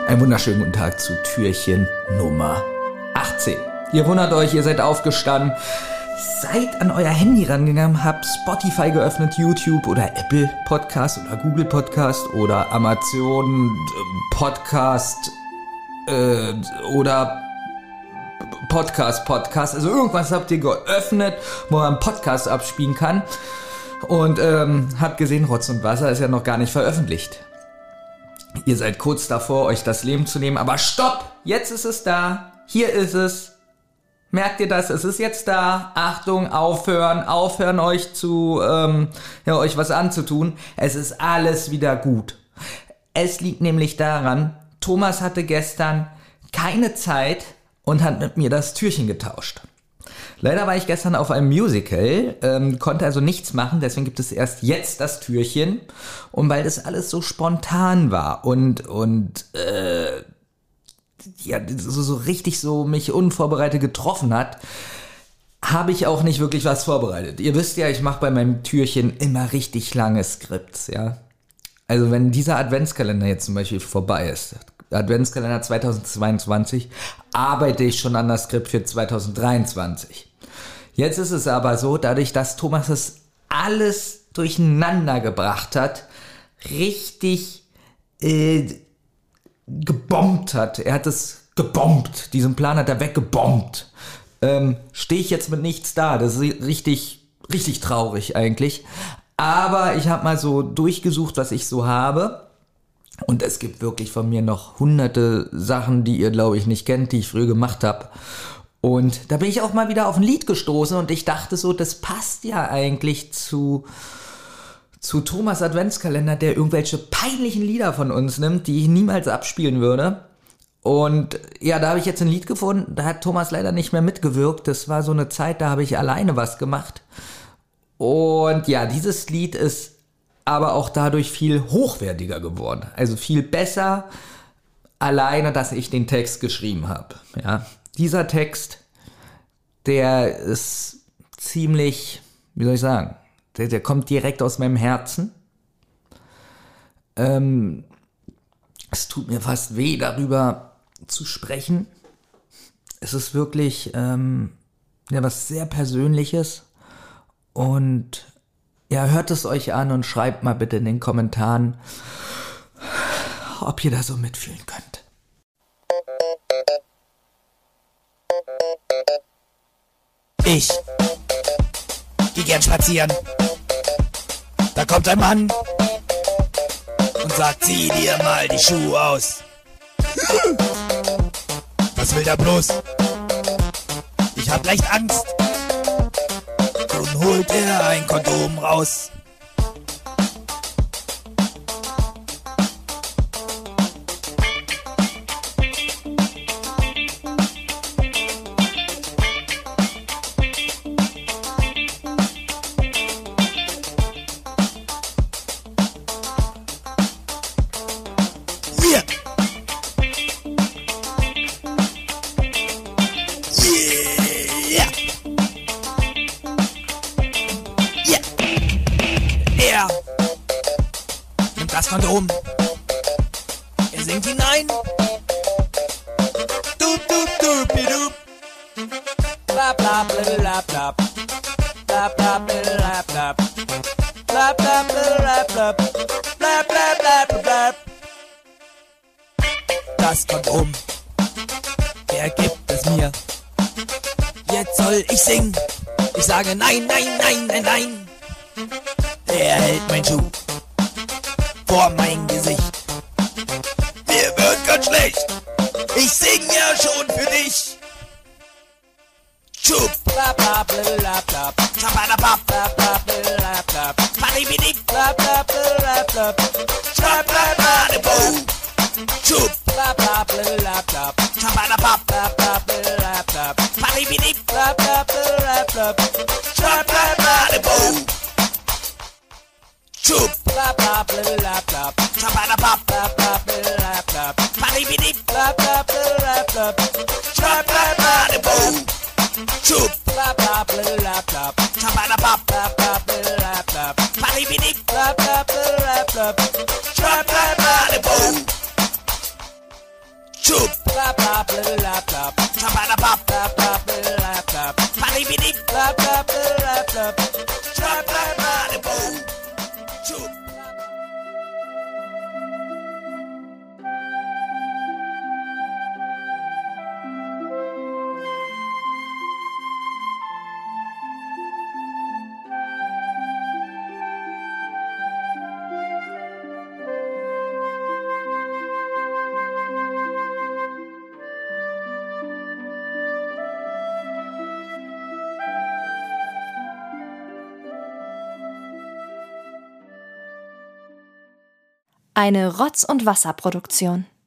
Einen wunderschönen guten Tag zu Türchen Nummer 18. Ihr wundert euch, ihr seid aufgestanden, seid an euer Handy rangegangen, habt Spotify geöffnet, YouTube oder Apple Podcast oder Google Podcast oder Amazon Podcast oder Podcast. Also irgendwas habt ihr geöffnet, wo man einen Podcast abspielen kann. Und habt gesehen, Rotz und Wasser ist ja noch gar nicht veröffentlicht. Ihr seid kurz davor, euch das Leben zu nehmen, aber stopp! Jetzt ist es da. Hier ist es. Merkt ihr das? Es ist jetzt da. Achtung, aufhören euch zu, euch was anzutun. Es ist alles wieder gut. Es liegt nämlich daran, Thomas hatte gestern keine Zeit und hat mit mir das Türchen getauscht. Leider war ich gestern auf einem Musical, konnte also nichts machen, deswegen gibt es erst jetzt das Türchen. Und weil das alles so spontan war und so richtig so mich unvorbereitet getroffen hat, habe ich auch nicht wirklich was vorbereitet. Ihr wisst ja, ich mache bei meinem Türchen immer richtig lange Skripts, ja. Also wenn dieser Adventskalender jetzt zum Beispiel vorbei ist, Adventskalender 2022, arbeite ich schon an das Skript für 2023. Jetzt ist es aber so, dadurch, dass Thomas es alles durcheinander gebracht hat, richtig gebombt hat. Er hat es gebombt. Diesen Plan hat er weggebombt. Stehe ich jetzt mit nichts da. Das ist richtig, richtig traurig eigentlich. Aber ich habe mal so durchgesucht, was ich so habe. Und es gibt wirklich von mir noch hunderte Sachen, die ihr, glaube ich, nicht kennt, die ich früher gemacht habe. Und da bin ich auch mal wieder auf ein Lied gestoßen und ich dachte so, das passt ja eigentlich zu Thomas Adventskalender, der irgendwelche peinlichen Lieder von uns nimmt, die ich niemals abspielen würde. Und ja, da habe ich jetzt ein Lied gefunden, da hat Thomas leider nicht mehr mitgewirkt. Das war so eine Zeit, da habe ich alleine was gemacht. Und ja, dieses Lied ist aber auch dadurch viel hochwertiger geworden. Also viel besser, alleine, dass ich den Text geschrieben habe. Ja, dieser Text, der ist ziemlich, wie soll ich sagen, der kommt direkt aus meinem Herzen. Es tut mir fast weh, darüber zu sprechen. Es ist wirklich was sehr Persönliches. Und ja, hört es euch an und schreibt mal bitte in den Kommentaren, ob ihr da so mitfühlen könnt. Ich geh gern spazieren. Da kommt ein Mann und sagt, zieh dir mal die Schuhe aus. Was will der bloß? Ich hab leicht Angst. Und holt er ein Kondom raus. Yeah. Er nimmt das Kondom. Er singt hinein. Dup, dup, dupidup. Blab, blab, blab, blab. Blab, blab, blab, blab. Blab, blab, blab, blab. Blab, blab, blab, blab. Das Kondom, er gibt es mir. Jetzt soll ich singen. Ich sage nein, nein, nein, nein, nein. Er hält mein Schuh vor mein Gesicht. Mir wird ganz schlecht. Ich sing ja schon für dich. Schub. Bla bla bla bla. Schabadabab. Bla bla bla bla. Badibidi. Bla bla bla bla. Schabadababo. Schub. Bla bla bla bla. Schabadabab. Bla bla bla bla. Badibidi. Bla bla bla bla. Schabadababo. Schub. Bla bla bla bla. Schabadabab. Bla bla bla bla. Badibidi. Bla bla bla bla. Schabadababo. Schub. Bla bla bla bla. Schabadabab. Bla bla bla bla. Badibidi. Bla bla bla bla. Schabadababo. Schub, bla bla bla bla bla, schabadabab, bla bla bla bla, padibidi, bla bla bla bla, bla bla bla, boom, schub. Eine Rotz- und Wasserproduktion.